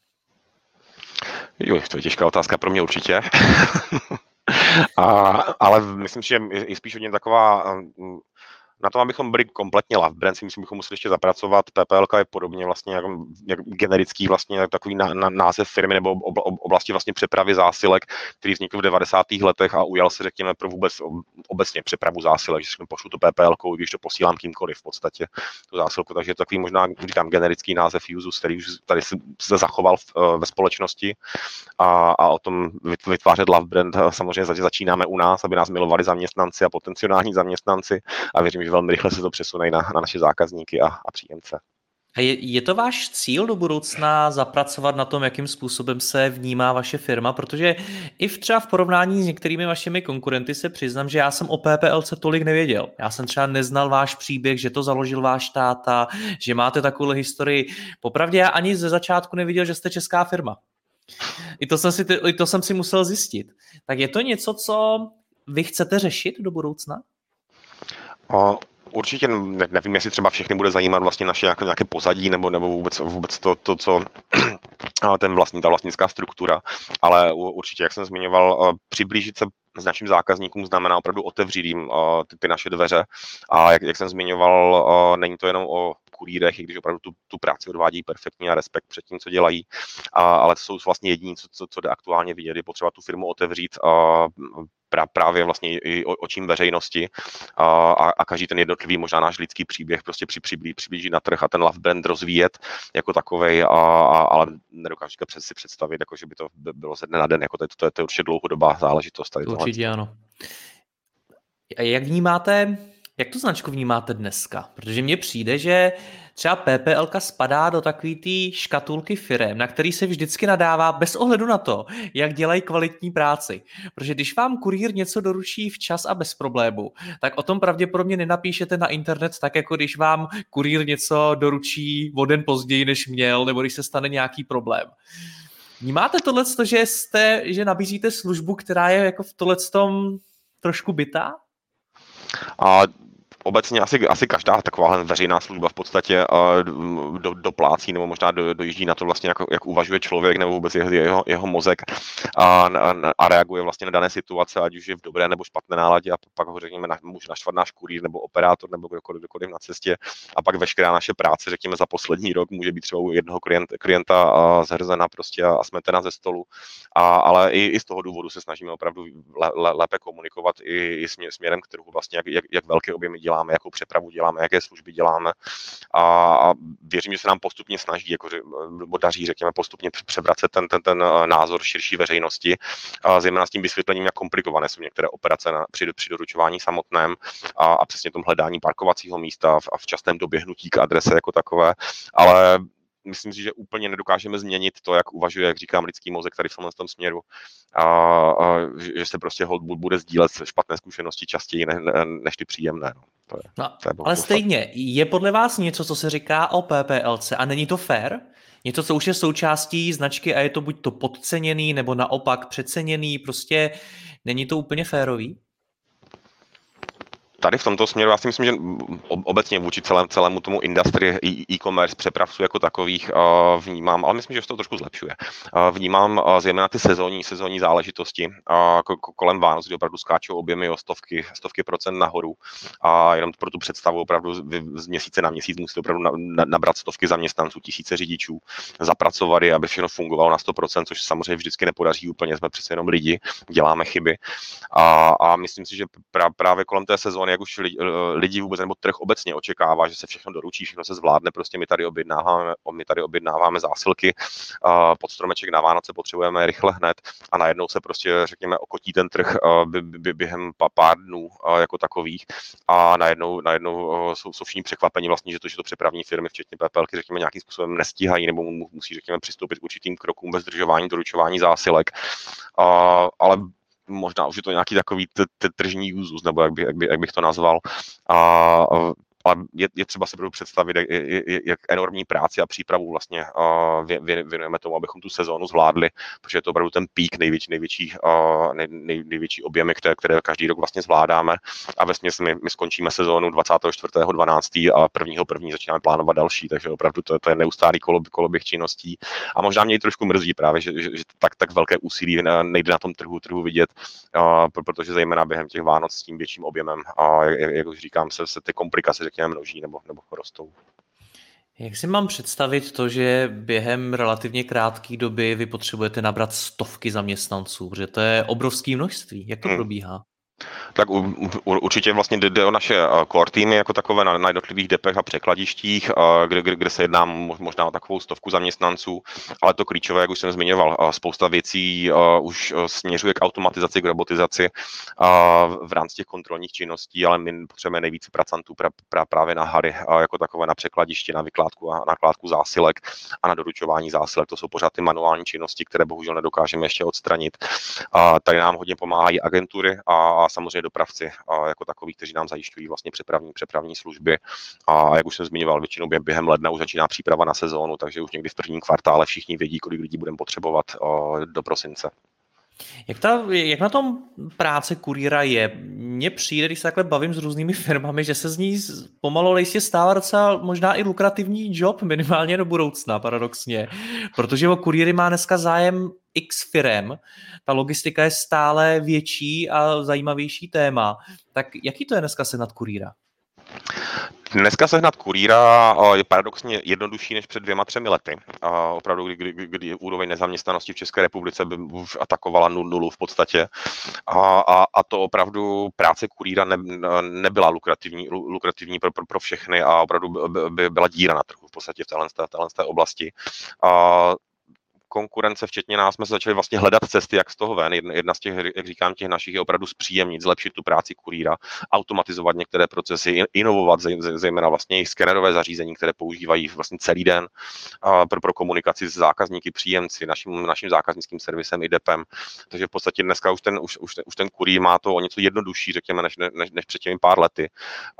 Jo, to je těžká otázka pro mě určitě. A, ale myslím, že je spíš hodně taková, na tom, abychom byli kompletně love brand, si myslím, bychom museli ještě zapracovat. PPLka je podobně vlastně jak, jak generický vlastně takový na, na, název firmy nebo ob, ob, oblasti vlastně přepravy zásilek, který vznikl v devadesátých letech a ujal se, řekněme, pro vůbec obecně přepravu zásilek, že pošlu to PPLkou, když to posílám kýmkoliv v podstatě tu zásilku, takže je to takový možná, říkám, generický název Juzus, který už tady se, se zachoval v, ve společnosti a, a o tom vytvářet love brand samozřejmě začínáme u nás, aby nás milovali zaměstnanci a potenciální zaměstnanci a věřím, že velmi rychle se to přesune na, na naše zákazníky a, a příjemce. A je, je to váš cíl do budoucna zapracovat na tom, jakým způsobem se vnímá vaše firma? Protože i v třeba v porovnání s některými vašimi konkurenty se přiznám, že já jsem o PPLce tolik nevěděl. Já jsem třeba neznal váš příběh, že to založil váš táta, že máte takovou historii. Popravdě já ani ze začátku neviděl, že jste česká firma. I to jsem si, i to jsem si musel zjistit. Tak je to něco, co vy chcete řešit do budoucna? O, určitě ne, nevím, jestli třeba všechny bude zajímat vlastně naše jako nějaké pozadí nebo, nebo vůbec, vůbec to, to, co ten vlastní, ta vlastnická struktura, ale určitě, jak jsem zmiňoval, přiblížit se s našim zákazníkům znamená opravdu otevřít jim ty, ty naše dveře a jak, jak jsem zmiňoval, není to jenom o kurýrech, i když opravdu tu, tu práci odvádí perfektně a respekt před tím, co dělají, a, ale to jsou vlastně jediní, co, co, co jde aktuálně vidět, je potřeba tu firmu otevřít a, pra, právě vlastně i očím veřejnosti a, a každý ten jednotlivý možná náš lidský příběh prostě při, přiblí, přiblížit na trh a ten love brand rozvíjet jako takovej, a, a, ale nedokážu si představit, jako, že by to bylo ze dne na den, jako to, to, je, to je určitě dlouhodobá záležitost. Tady určitě tohle. Ano. A jak vnímáte, jak tu značku vnímáte dneska? Protože mně přijde, že třeba PPLka spadá do takové té škatulky firem, na který se vždycky nadává bez ohledu na to, jak dělají kvalitní práci. Protože když vám kurýr něco doručí včas a bez problému, tak o tom pravděpodobně nenapíšete na internet tak, jako když vám kurýr něco doručí o den později, než měl, nebo když se stane nějaký problém. Vnímáte tohleto, že jste, že nabízíte službu, která je jako v tohletom trošku bitá? A obecně asi, asi každá taková veřejná služba v podstatě do, doplácí nebo možná do, dojíždí na to vlastně, jak, jak uvažuje člověk nebo vůbec jeho, jeho, jeho mozek a, a reaguje vlastně na dané situace, ať už je v dobré nebo špatné náladě a pak ho řekněme na, může naštvat náš kurýr nebo operátor nebo kdokoliv, kdokoliv na cestě a pak veškerá naše práce, řekněme za poslední rok může být třeba u jednoho klient, klienta zhrzena prostě a smetena ze stolu, a, ale i, i z toho důvodu se snažíme opravdu lé, lé, lépe komunikovat i, i směrem k trhu vlastně, jak, jak, jak velké objemy děláme, jakou přepravu děláme, jaké služby děláme a, a věřím, že se nám postupně snaží, jako, nebo daří, řekněme, postupně převracet ten, ten, ten názor širší veřejnosti, a zejména s tím vysvětlením, jak komplikované jsou některé operace na, při, při doručování samotném a, a přesně tom hledání parkovacího místa a včasném doběhnutí k adrese jako takové, ale myslím si, že úplně nedokážeme změnit to, jak uvažuje, jak říkám, lidský mozek tady v tomhle tom směru. A, a že se prostě hold bude sdílet špatné zkušenosti častěji ne, ne, než ty příjemné. No. To je, no, to je ale stejně, je podle vás něco, co se říká o PPLce a není to fair? Něco, co už je součástí značky a je to buď to podceněný, nebo naopak přeceněný, prostě není to úplně férový? Tady v tomto směru já si myslím, že obecně vůči celém, celému tomu industry e-commerce přepravců jako takových uh, vnímám, ale myslím, že se to trošku zlepšuje. Uh, vnímám uh, zejména ty sezónní, sezónní záležitosti uh, kolem Vánoc, kdy opravdu skáčou objemy o stovky, stovky procent nahoru. A jenom pro tu představu opravdu z měsíce na měsíc musíte opravdu na, na, nabrat stovky zaměstnanců, tisíce řidičů, zapracovat je, aby všechno fungovalo na sto procent, což samozřejmě vždycky nepodaří úplně, jsme přece jenom lidi, děláme chyby. A, a myslím si, že pra, právě kolem té sezóny, jak už lidi, lidi vůbec nebo trh obecně očekává, že se všechno doručí, všechno se zvládne, prostě my tady objednáváme, my tady objednáváme zásilky, pod stromeček na Vánoce potřebujeme rychle hned a najednou se prostě, řekněme, okotí ten trh by, by, během pár dnů jako takových a najednou, najednou jsou, jsou všichni překvapení vlastně, že to, že to přepravní firmy, včetně PPLky, řekněme, nějakým způsobem nestíhají nebo musí, řekněme, přistoupit k určitým krokům bez zdržování, doručování zásilek, ale možná už je to nějaký takový tržní úzus, nebo jak, by, jak, by, jak bych to nazval. A, ale je, je třeba se budu představit, jak, jak enormní práci a přípravu vlastně věnujeme tomu, abychom tu sezónu zvládli, protože je to opravdu ten pík největší, největší, nej, nej, největší objemy, které, které každý rok vlastně zvládáme a vesměs my, my skončíme sezónu dvacátého čtvrtého druhého a prvního prvního začínáme plánovat další, takže opravdu to, to je neustálý kolo, koloběh činností a možná mě i trošku mrzí právě, že, že, že tak, tak velké úsilí nejde na tom trhu, trhu vidět, protože zejména během těch Vánoc s tím větším objemem a jak, jak už říkám, se, se ty komplikace řekněme množí nebo, nebo rostou. Jak si mám představit to, že během relativně krátké doby vy potřebujete nabrat stovky zaměstnanců, protože to je obrovské množství. Jak to hmm. probíhá? Tak u, u, určitě vlastně jde o naše core týmy jako takové na, na jednotlivých depech a překladištích, kde, kde, kde se jedná možná o takovou stovku zaměstnanců, ale to klíčové, jak už jsem zmiňoval, spousta věcí už směřuje k automatizaci, k robotizaci v rámci těch kontrolních činností, ale my potřebujeme nejvíce pracantů pra, pra, právě na hary, jako takové na překladiště, na vykládku a nakládku zásilek a na doručování zásilek. To jsou pořád ty manuální činnosti, které bohužel nedokážeme ještě odstranit. Tady nám hodně pomáhají agentury a samozřejmě dopravci a jako takový, kteří nám zajišťují vlastně přepravní, přepravní služby. A jak už jsem zmiňoval, většinou během ledna už začíná příprava na sezónu, takže už někdy v prvním kvartále všichni vědí, kolik lidí budeme potřebovat do prosince. Jak, ta, jak na tom práce kurýra je? Mně přijde, když se takhle bavím s různými firmami, že se z ní pomalu jistě stává docela možná i lukrativní job, minimálně do budoucna, paradoxně. Protože o kurýry má dneska zájem x firem, ta logistika je stále větší a zajímavější téma. Tak jaký to je dneska sehnat kurýra? Dneska sehnat kurýra je paradoxně jednodušší než před dvěma, třemi lety. A opravdu, kdy, kdy, kdy úroveň nezaměstnanosti v České republice by už atakovala nulu v podstatě. A, a, a to opravdu práce kurýra ne, nebyla lukrativní, lukrativní pro, pro, pro všechny a opravdu by, by byla díra na trhu v podstatě v téhle, téhle té oblasti. A konkurence, včetně nás, jsme se začali vlastně hledat cesty, jak z toho ven. Jedna, jedna z těch, jak říkám, těch našich je opravdu zpříjemnit, zlepšit tu práci kurýra, automatizovat některé procesy, inovovat zejména vlastně i skenerové zařízení, které používají vlastně celý den pro, pro komunikaci s zákazníky, příjemci, naším, naším zákaznickým servisem i depem. Takže v podstatě dneska už ten, už, už, už ten kurýr má to o něco jednodušší, řekněme, než, než, než před těmi pár lety.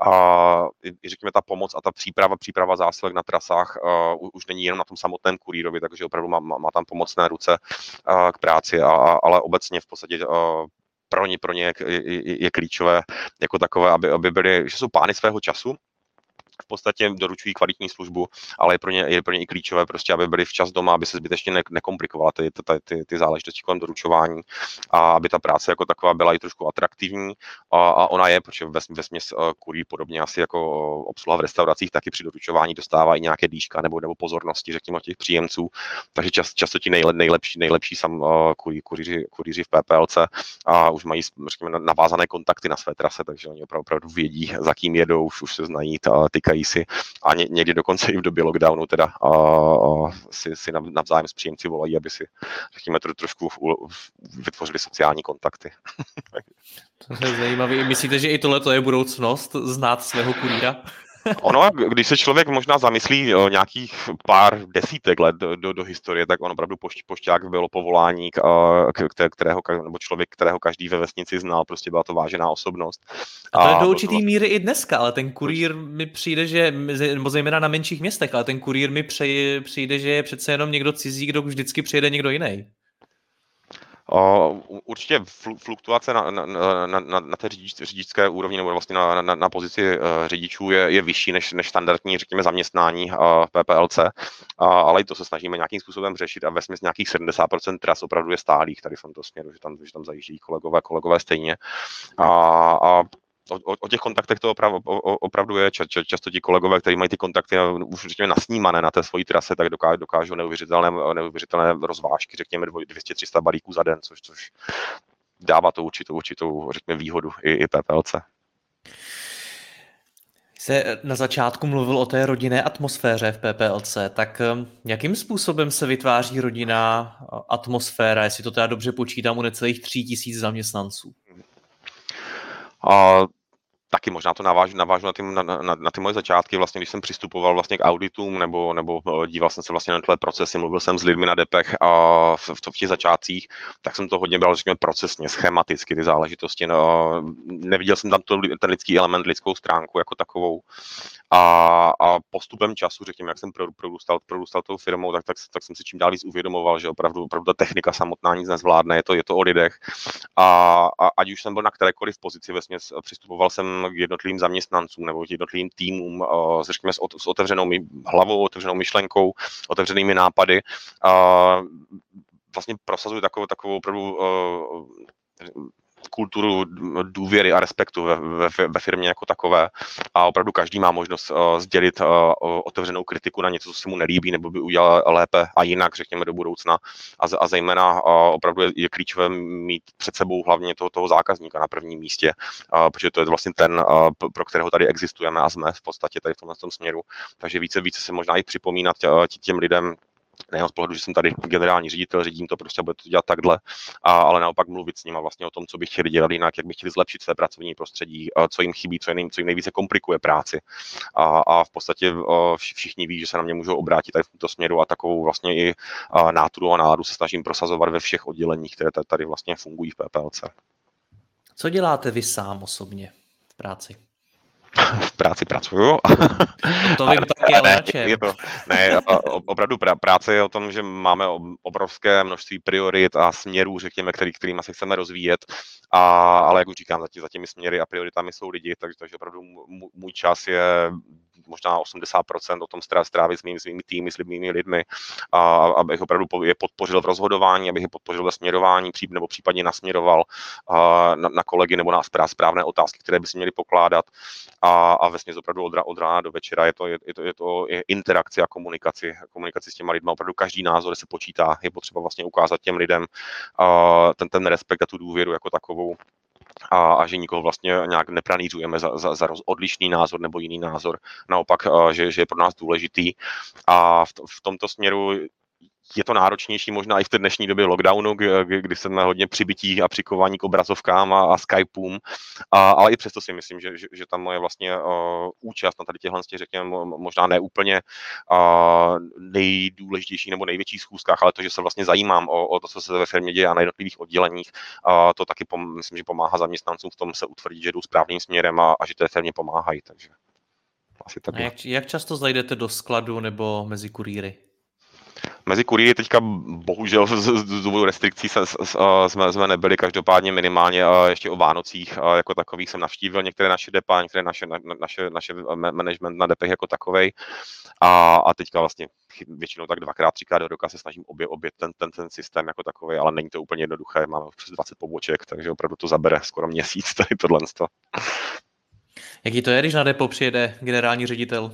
A i, řekněme, ta pomoc a ta příprava, příprava zásilek na trasách uh, už není jenom na tom samotném kurýrovi, takže opravdu má, má tam pomocné ruce uh, k práci, a, a, ale obecně v podstatě uh, pro ně, pro ně je, je, je klíčové jako takové, aby, aby byly, že jsou pány svého času, v podstatě doručují kvalitní službu, ale je pro ně, je pro ně i klíčové, prostě, aby byli včas doma, aby se zbytečně ne, nekomplikovala ty, ty, ty, ty záležitosti kolem doručování a aby ta práce jako taková byla i trošku atraktivní a, a ona je, protože ve, vesměs kurýr podobně asi jako obsluha v restauracích, taky při doručování dostává i nějaké dýška nebo, nebo pozornosti, řekněme, od těch příjemců, takže čas, často ti nejlep, nejlepší, nejlepší sam kurý, kurýři, kurýři v PPLce a už mají, řekněme, navázané kontakty na své trase, takže oni opravdu, opravdu vědí, za kým jedou, už, už se znají, ta, ty si a ně, někdy dokonce i v době lockdownu teda a, a si, si navzájem s příjemci volají, aby si, řekněme, tro, trošku vytvořili sociální kontakty. To je zajímavé. Myslíte, že i tohle je budoucnost, znát svého kurýra? Ono, když se člověk možná zamyslí o nějakých pár desítek let do, do, do historie, tak on opravdu pošť, pošťák bylo povolání, k, kterého, nebo člověk, kterého každý ve vesnici znal, prostě byla to vážená osobnost. A to je do určitý míry i dneska, ale ten kurýr mi přijde, že, nebo zejména na menších městech, ale ten kurýr mi přijde, že je přece jenom někdo cizí, kdo vždycky přijede někdo jiný. Uh, určitě fluktuace na, na, na, na, na té řidič, řidičské úrovni nebo vlastně na, na, na pozici uh, řidičů je, je vyšší než, než standardní, řekněme, zaměstnání uh, P P L C, uh, ale i to se snažíme nějakým způsobem řešit a vesměs nějakých sedmdesát procent tras opravdu je stálých tady v tomto směru, že tam, že tam zajíždí kolegové, kolegové stejně. A, a O, o těch kontaktech to oprav, o, opravdu je. Ča, ča, často ti kolegové, kteří mají ty kontakty už řekněme nasnímané na té svojí trase, tak dokážou, dokážou neuvěřitelné, neuvěřitelné rozvážky, řekněme dvě stě tři sta balíků za den, což, což dává to určitou, určitou řekněme, výhodu i, i P P L C. Se na začátku mluvil o té rodinné atmosféře v P P L C, tak jakým způsobem se vytváří rodinná atmosféra, jestli to teda dobře počítám, u necelých tří tisíc zaměstnanců? A taky možná to navážu, navážu na, ty, na, na, na ty moje začátky, vlastně, když jsem přistupoval vlastně k auditům nebo, nebo díval jsem se vlastně na tyhle procesy, mluvil jsem s lidmi na depech a v, v, v těch začátcích, tak jsem to hodně bral, řekněme, procesně, schematicky ty záležitosti. No, neviděl jsem tam to, ten lidský element, lidskou stránku jako takovou. A, a postupem času, řekněme, jak jsem prorůstal, prorůstal tou firmou, tak, tak, tak jsem si čím dál víc uvědomoval, že opravdu, opravdu ta technika samotná nic nezvládne, je to, je to o lidech. A, a ať už jsem byl na kterékoliv pozici, vesměs přistupoval jsem k jednotlivým zaměstnancům nebo k jednotlivým týmům, uh, řekněme, s, s otevřenou my, hlavou, otevřenou myšlenkou, otevřenými nápady. Uh, vlastně prosazuji takovou, takovou opravdu uh, kulturu důvěry a respektu ve, ve, ve firmě jako takové a opravdu každý má možnost uh, sdělit uh, otevřenou kritiku na něco, co se mu nelíbí nebo by udělal lépe a jinak, řekněme, do budoucna a, a zejména uh, opravdu je, je klíčové mít před sebou hlavně toho, toho zákazníka na prvním místě, uh, protože to je vlastně ten, uh, pro kterého tady existujeme a jsme v podstatě tady v tomhle tom směru, takže více, více se možná i připomínat tě, těm lidem, nejen z pohledu, že jsem tady generální ředitel, řídím to prostě, bude to dělat takhle, a, ale naopak mluvit s nimi vlastně o tom, co by chtěli dělat jinak, jak by chtěli zlepšit své pracovní prostředí, a co jim chybí, co jim, co jim nejvíce komplikuje práci. A, a v podstatě a všichni ví, že se na mě můžou obrátit tady v tomto směru a takovou vlastně i a náturu a náladu se snažím prosazovat ve všech odděleních, které tady vlastně fungují v P P L C. Co děláte vy sám osobně v práci? V práci pracuju. To vím taky, ale na čem? Je to, ne, opravdu práce je o tom, že máme obrovské množství priorit a směrů, řekněme, který, kterými se chceme rozvíjet, a, ale jak už říkám, za, tě, za těmi směry a prioritami jsou lidi, takže, takže opravdu můj čas je možná osmdesát procent o tom strávit s mými, svými týmy, s mými lidmi, a, abych opravdu je podpořil v rozhodování, abych je podpořil ve směrování, nebo případně nasměroval a, na, na kolegy nebo na správné otázky, které by si měli pokládat. A, a vesměs opravdu od, od rána do večera je to, je, je to, je to je interakce a komunikaci, komunikaci s těma lidmi. Opravdu každý názor se počítá, je potřeba vlastně ukázat těm lidem a, ten, ten respekt a tu důvěru jako takovou. A, a že nikoho vlastně nějak nepranířujeme za, za, za odlišný názor nebo jiný názor. Naopak, a, že, že je pro nás důležitý. A v, v tomto směru je to náročnější možná i v té dnešní době lockdownu, kdy, kdy jsme hodně přibití a přikování k obrazovkám a, a Skypeům, a, ale i přesto si myslím, že, že, že ta moje vlastně uh, účast na tady těchhle, řekněme, možná ne úplně uh, nejdůležitější nebo největších schůzkách, ale to, že se vlastně zajímám o, o to, co se ve firmě děje a na jednotlivých odděleních, uh, to taky pom, myslím, že pomáhá zaměstnancům v tom se utvrdit, že jdou správným směrem a, a že té firmě pomáhají. Takže asi tak. A jak, jak často zajdete do skladu nebo mezi kurýry? Mezi kurýry teďka bohužel z důvodu restrikcí se, jsme, jsme nebyli, každopádně minimálně ještě o Vánocích jako takových jsem navštívil některé naše depa, některé naše, naše, naše management na depech jako takovej a, a teďka vlastně většinou tak dvakrát, třikrát do roka se snažím obě, obě ten, ten, ten systém jako takovej, ale není to úplně jednoduché, máme přes dvacet poboček, takže opravdu to zabere skoro měsíc tady tohle. Jaký to je, když na depo přijede generální ředitel?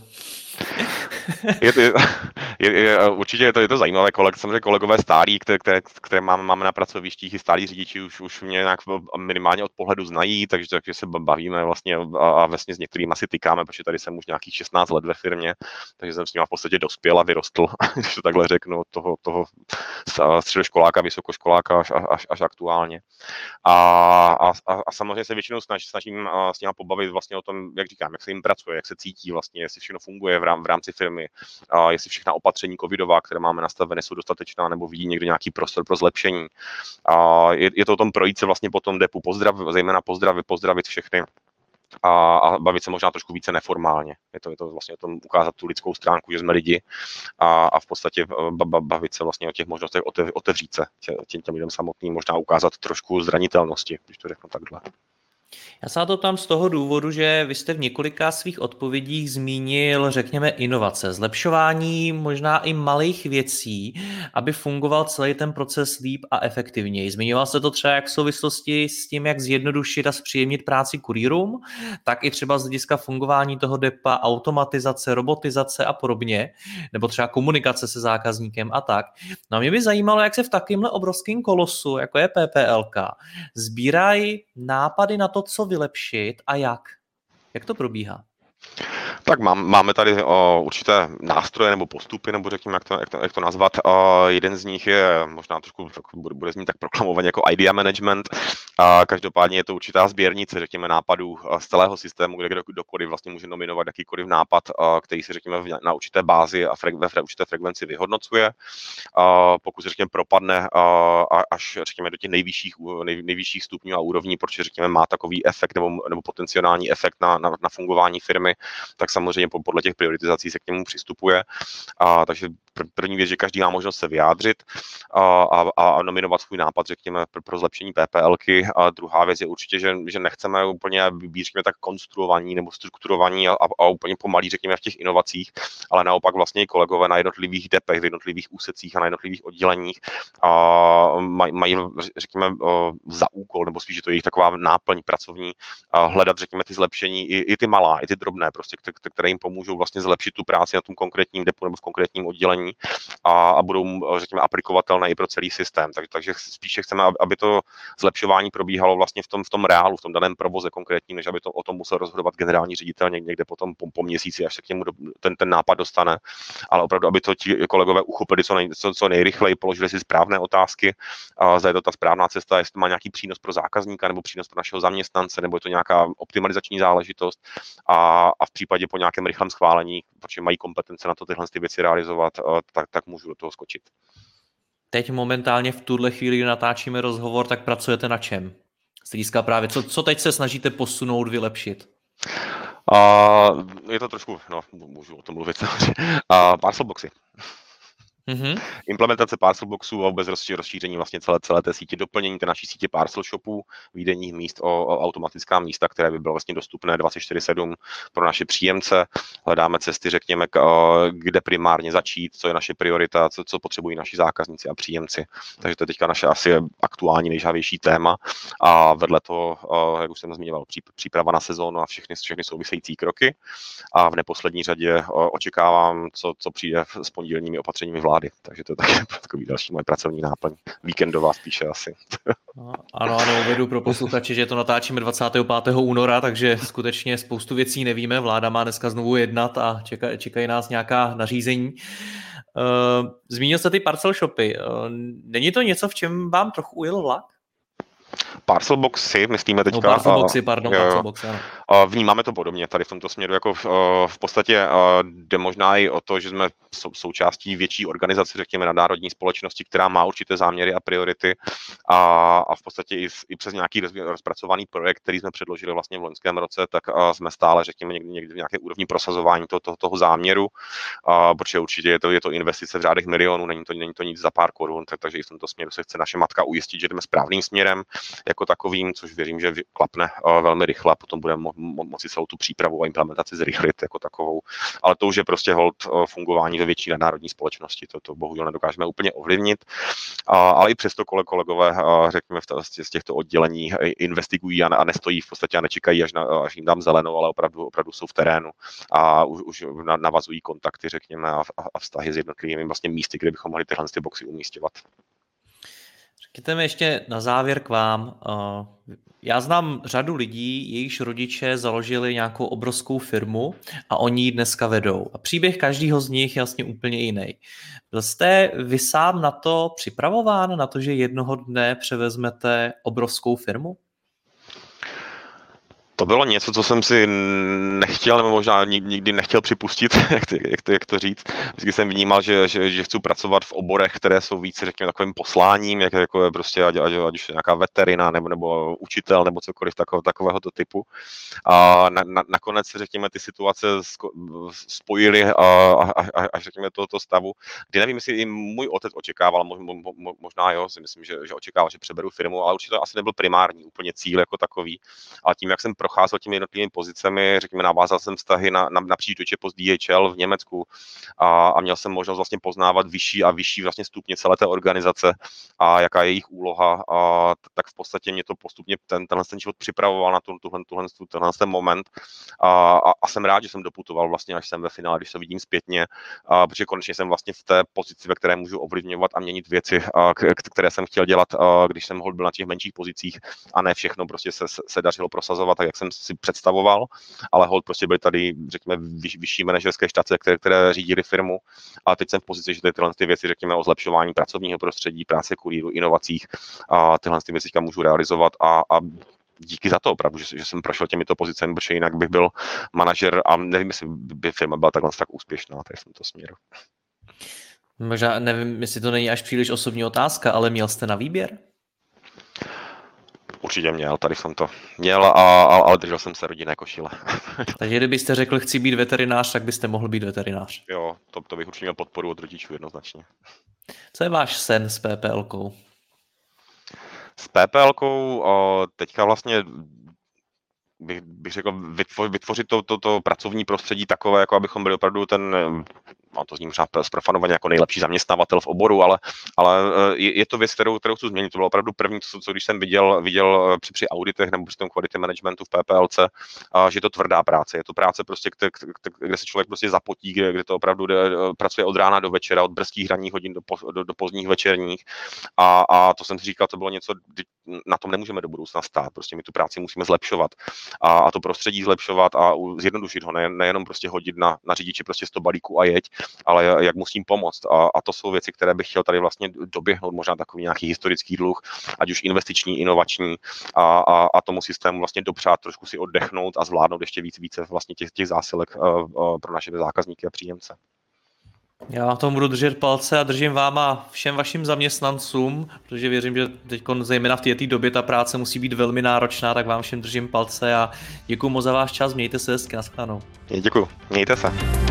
je, je, je, je, určitě je to, je to zajímavé, koleg, samozřejmě kolegové stálí, které, které, které máme, máme na pracovištích, i stálí řidiči už, už mě nějak minimálně od pohledu znají, takže, takže se bavíme vlastně a, a vlastně s některými asi tykáme, protože tady jsem už nějakých šestnáct let ve firmě, takže jsem s nimi v podstatě dospěl a vyrostl, když to takhle řeknu, toho, toho středoškoláka, vysokoškoláka až, až, až aktuálně. A, a, a samozřejmě se většinou snaž, snažím s nimi pobavit vlastně o tom, jak říkám, jak se jim pracuje, jak se cítí vlastně, jestli všechno funguje v, rám, v rámci firmy, a jestli všechna opatření covidová, které máme nastavené, jsou dostatečná, nebo vidí někdo nějaký prostor pro zlepšení. A je, je to o tom projít se vlastně po tom depu, pozdrav, zejména pozdravit, pozdravit všechny a, a bavit se možná trošku více neformálně. Je to, je to vlastně o tom ukázat tu lidskou stránku, že jsme lidi a, a v podstatě bavit se vlastně o těch možnostech otev, otevřít se těm, těm lidem samotným, možná ukázat trošku zranitelnosti, když to řeknu takhle. Já se na to ptám z toho důvodu, že vy jste v několika svých odpovědích zmínil, řekněme, inovace, zlepšování možná i malých věcí, aby fungoval celý ten proces líp a efektivněji. Zmiňoval jste to třeba jak v souvislosti s tím, jak zjednodušit a zpříjemnit práci kurýrům, tak i třeba z hlediska fungování toho depa, automatizace, robotizace a podobně, nebo třeba komunikace se zákazníkem a tak. No a mě by zajímalo, jak se v takovémhle obrovském kolosu, jako je PPLka, sbírají nápady na to, co vylepšit a jak? Jak to probíhá? Tak mám, máme tady o, určité nástroje nebo postupy, nebo řekněme, jak to, jak to, jak to nazvat. O, jeden z nich je možná trošku, bude, bude znít tak proklamovaně jako idea management. A každopádně je to určitá sběrnice, řekněme, nápadů z celého systému, kde kdokoliv vlastně může nominovat jakýkoliv nápad, který se, řekněme, na určité bázi a ve určité frekvenci vyhodnocuje. A pokud se, řekněme, propadne až, řekněme, do těch nejvyšších, nej, nejvyšších stupňů a úrovní, protože, řekněme, má takový efekt nebo, nebo potenciální efekt na, na, na fungování firmy, tak samozřejmě podle těch prioritizací se k němu přistupuje. A, takže první věc, že každý má možnost se vyjádřit a, a, a nominovat svůj nápad, řekněme, pro, pro zlepšení PPLky. A druhá věc je určitě, že, že nechceme úplně být, řekněme, tak konstruovaní nebo strukturovaní a, a úplně pomalí, řekněme, v těch inovacích, ale naopak vlastně i kolegové na jednotlivých depech, v jednotlivých úsecích a na jednotlivých odděleních a maj, mají, řekněme, za úkol, nebo spíš, že to je jejich taková náplň pracovní, hledat, řekněme, ty zlepšení, i, i ty malá, i ty drobné, prostě, které jim pomůžou vlastně zlepšit tu práci na tom konkrétním depu nebo v konkrétním oddělení a, a budou, řekněme, aplikovatelné i pro celý systém. Tak, takže spíše chceme, aby to zlepšování probíhalo vlastně v tom, v tom reálu, v tom daném provoze konkrétním, než aby to o tom musel rozhodovat generální ředitel někde potom po, po měsíci, až se k němu do, ten, ten nápad dostane. Ale opravdu, aby to ti kolegové uchopili co, nej, co, co nejrychleji, položili si správné otázky, a zda je to ta správná cesta, jestli to má nějaký přínos pro zákazníka nebo přínos pro našeho zaměstnance, nebo je to nějaká optimalizační záležitost. A, a v případě po nějakém rychlém schválení, protože mají kompetence na to tyhle ty věci realizovat, tak, tak můžu do toho skočit. Teď momentálně v tuhle chvíli, kdy natáčíme rozhovor, tak pracujete na čem? Z hlediska právě, co, co teď se snažíte posunout, vylepšit? Uh, je to trošku, no, můžu o tom mluvit, uh, parcel boxy. Mm-hmm. Implementace parcel boxů a vůbec rozšíření vlastně celé, celé té sítě, doplnění té naší sítě parcel shopů, výdejních míst o, o automatická místa, které by bylo vlastně dostupné dvacet čtyři sedm pro naše příjemce. Hledáme cesty, řekněme, kde primárně začít, co je naše priorita, co, co potřebují naši zákazníci a příjemci. Takže to je teďka naše asi aktuální nejžavější téma. A vedle toho, jak už jsem zmiňoval, příprava na sezónu a všechny, všechny související kroky. A v neposlední řadě očekávám, co, co přijde s pondělními opatřeními vlády. Takže to je taky takový další moje pracovní náplň. Víkendová spíše asi. No, ano, ano, uvedu pro posluchače, že to natáčíme dvacátého pátého února, takže skutečně spoustu věcí nevíme. Vláda má dneska znovu jednat a čeka, čekají nás nějaká nařízení. Uh, zmínil jste ty parcel shopy. Uh, není to něco, v čem vám trochu ujel vlak? Parcel boxy, myslíme teďka. No, parcel boxy, pardon, uh, parcel boxy, ano. Uh, vnímáme to podobně tady v tomto směru, jako v, uh, v podstatě uh, jde možná i o to, že jsme sou, součástí větší organizace, řekněme, nadnárodní společnosti, která má určité záměry a priority a, a v podstatě i, i přes nějaký rozpracovaný projekt, který jsme předložili vlastně v loňském roce, tak uh, jsme stále, řekněme, někdy, někdy v nějaké úrovni prosazování toho, toho, toho záměru, uh, protože určitě je to, je to investice v řádech milionů, není to, není to nic za pár korun, tak, takže i v tomto směru se chce naše matka ujistit, že jdeme správným směrem jako takovým, což věřím, že klapne uh, velmi rychle a potom budeme mo- mo- moci celou tu přípravu a implementaci zrychlit jako takovou. Ale to už je prostě hold uh, fungování ve větší nadnárodní společnosti, to, to bohužel nedokážeme úplně ovlivnit. Uh, ale i přesto kolegové, uh, řekněme, z těchto oddělení investigují a, a nestojí v podstatě a nečekají, až, na, až jim dám zelenou, ale opravdu, opravdu jsou v terénu a už, už navazují kontakty, řekněme, a, a vztahy s jednotlivými vlastně místy, kde bychom mohli tyhle ty boxy umístěvat. Řekněte mi ještě na závěr k vám. Já znám řadu lidí, jejichž rodiče založili nějakou obrovskou firmu a oni ji dneska vedou. A příběh každého z nich je vlastně úplně jiný. Byl jste vy sám na to připravován, na to, že jednoho dne převezmete obrovskou firmu? To bylo něco, co jsem si nechtěl, nebo možná nikdy nechtěl připustit, jak to, jak to, jak to říct. Vždycky jsem vnímal, že, že, že chci pracovat v oborech, které jsou více, řekněme, takovým posláním, jak, jako je prostě, ať, ať, ať už nějaká veterina, nebo, nebo učitel, nebo cokoliv takového, takového typu. A na, na, nakonec, řekněme, ty situace spojily a, a, a, až řekněme tohoto stavu, kdy nevím, jestli i můj otec očekával, mo, mo, mo, možná jo, si myslím, že, že očekával, že přeberu firmu, ale určitě to asi nebyl primární úplně cíl jako takový. A tím, jak jsem procházel těmi jednotlivými pozicemi, řekněme, navázal jsem vztahy na, na, napříč Deutsche Post D H L v Německu a, a měl jsem možnost vlastně poznávat vyšší a vyšší vlastně stupně celé té organizace a jaká je jejich úloha, a tak v podstatě mě to postupně ten, tenhle ten život připravoval na tu, tuhle, tuhle, tenhle ten moment a, a, a jsem rád, že jsem doputoval vlastně až jsem ve finále, když to vidím zpětně, a, protože konečně jsem vlastně v té pozici, ve které můžu ovlivňovat a měnit věci, a, k, které jsem chtěl dělat, a, když jsem byl na těch menších pozicích a ne všechno prostě se, se, se dařilo prosazovat tak, jak jsem si představoval, ale hold prostě byly tady, řekněme, vyš, vyšší manažerské štace, které, které řídily firmu a teď jsem v pozici, že tyhle ty věci, řekněme, o zlepšování pracovního prostředí, práce kurýru, inovacích a tyhle ty věci můžu realizovat a, a díky za to opravdu, že, že jsem prošel těmito pozicemi, protože jinak bych byl manažer a nevím, jestli by firma byla takhle tak úspěšná tady v tomto směru. Možná nevím, jestli to není až příliš osobní otázka, ale měl jste na výběr? Určitě měl, tady jsem to měl, a, a, ale držel jsem se rodinné košile. Takže kdybyste řekl, chci být veterinář, tak byste mohl být veterinář. Jo, to, to bych určitě měl podporu od rodičů jednoznačně. Co je váš sen s PPLkou? S PPLkou teďka vlastně bych, bych řekl, vytvořit, vytvořit to, to, to pracovní prostředí takové, jako abychom byli opravdu ten, no to zní možná zprofanovaně jako nejlepší zaměstnavatel v oboru, ale, ale je, je to věc, kterou, kterou chci změnit. To bylo opravdu první, co, co když jsem viděl, viděl při, při auditech nebo při tom quality managementu v PPLce, a, že je to tvrdá práce. Je to práce prostě, kde, kde se člověk prostě zapotí, kde, kde to opravdu jde, pracuje od rána do večera, od brzkých ranních hodin do, do, do pozdních večerních. A, a to jsem si říkal, to bylo něco, na tom nemůžeme do budoucna stát. Prostě my tu práci musíme zlepšovat. A, a to prostředí zlepšovat a zjednodušit ho, ne, nejenom prostě hodit na, na řidiče prostě sto balíků a jeď, ale jak musím pomoct. A, a to jsou věci, které bych chtěl tady vlastně doběhnout, možná takový nějaký historický dluh, ať už investiční, inovační, a, a, a tomu systému vlastně dopřát, trošku si oddechnout a zvládnout ještě víc, více vlastně těch, těch zásilek uh, uh, pro naše zákazníky a příjemce. Já tomu budu držet palce a držím vám a všem vašim zaměstnancům, protože věřím, že teď zejména v této době ta práce musí být velmi náročná, tak vám všem držím palce a děkuji moc za váš čas, mějte se hezky, nashledanou. Děkuji, mějte se.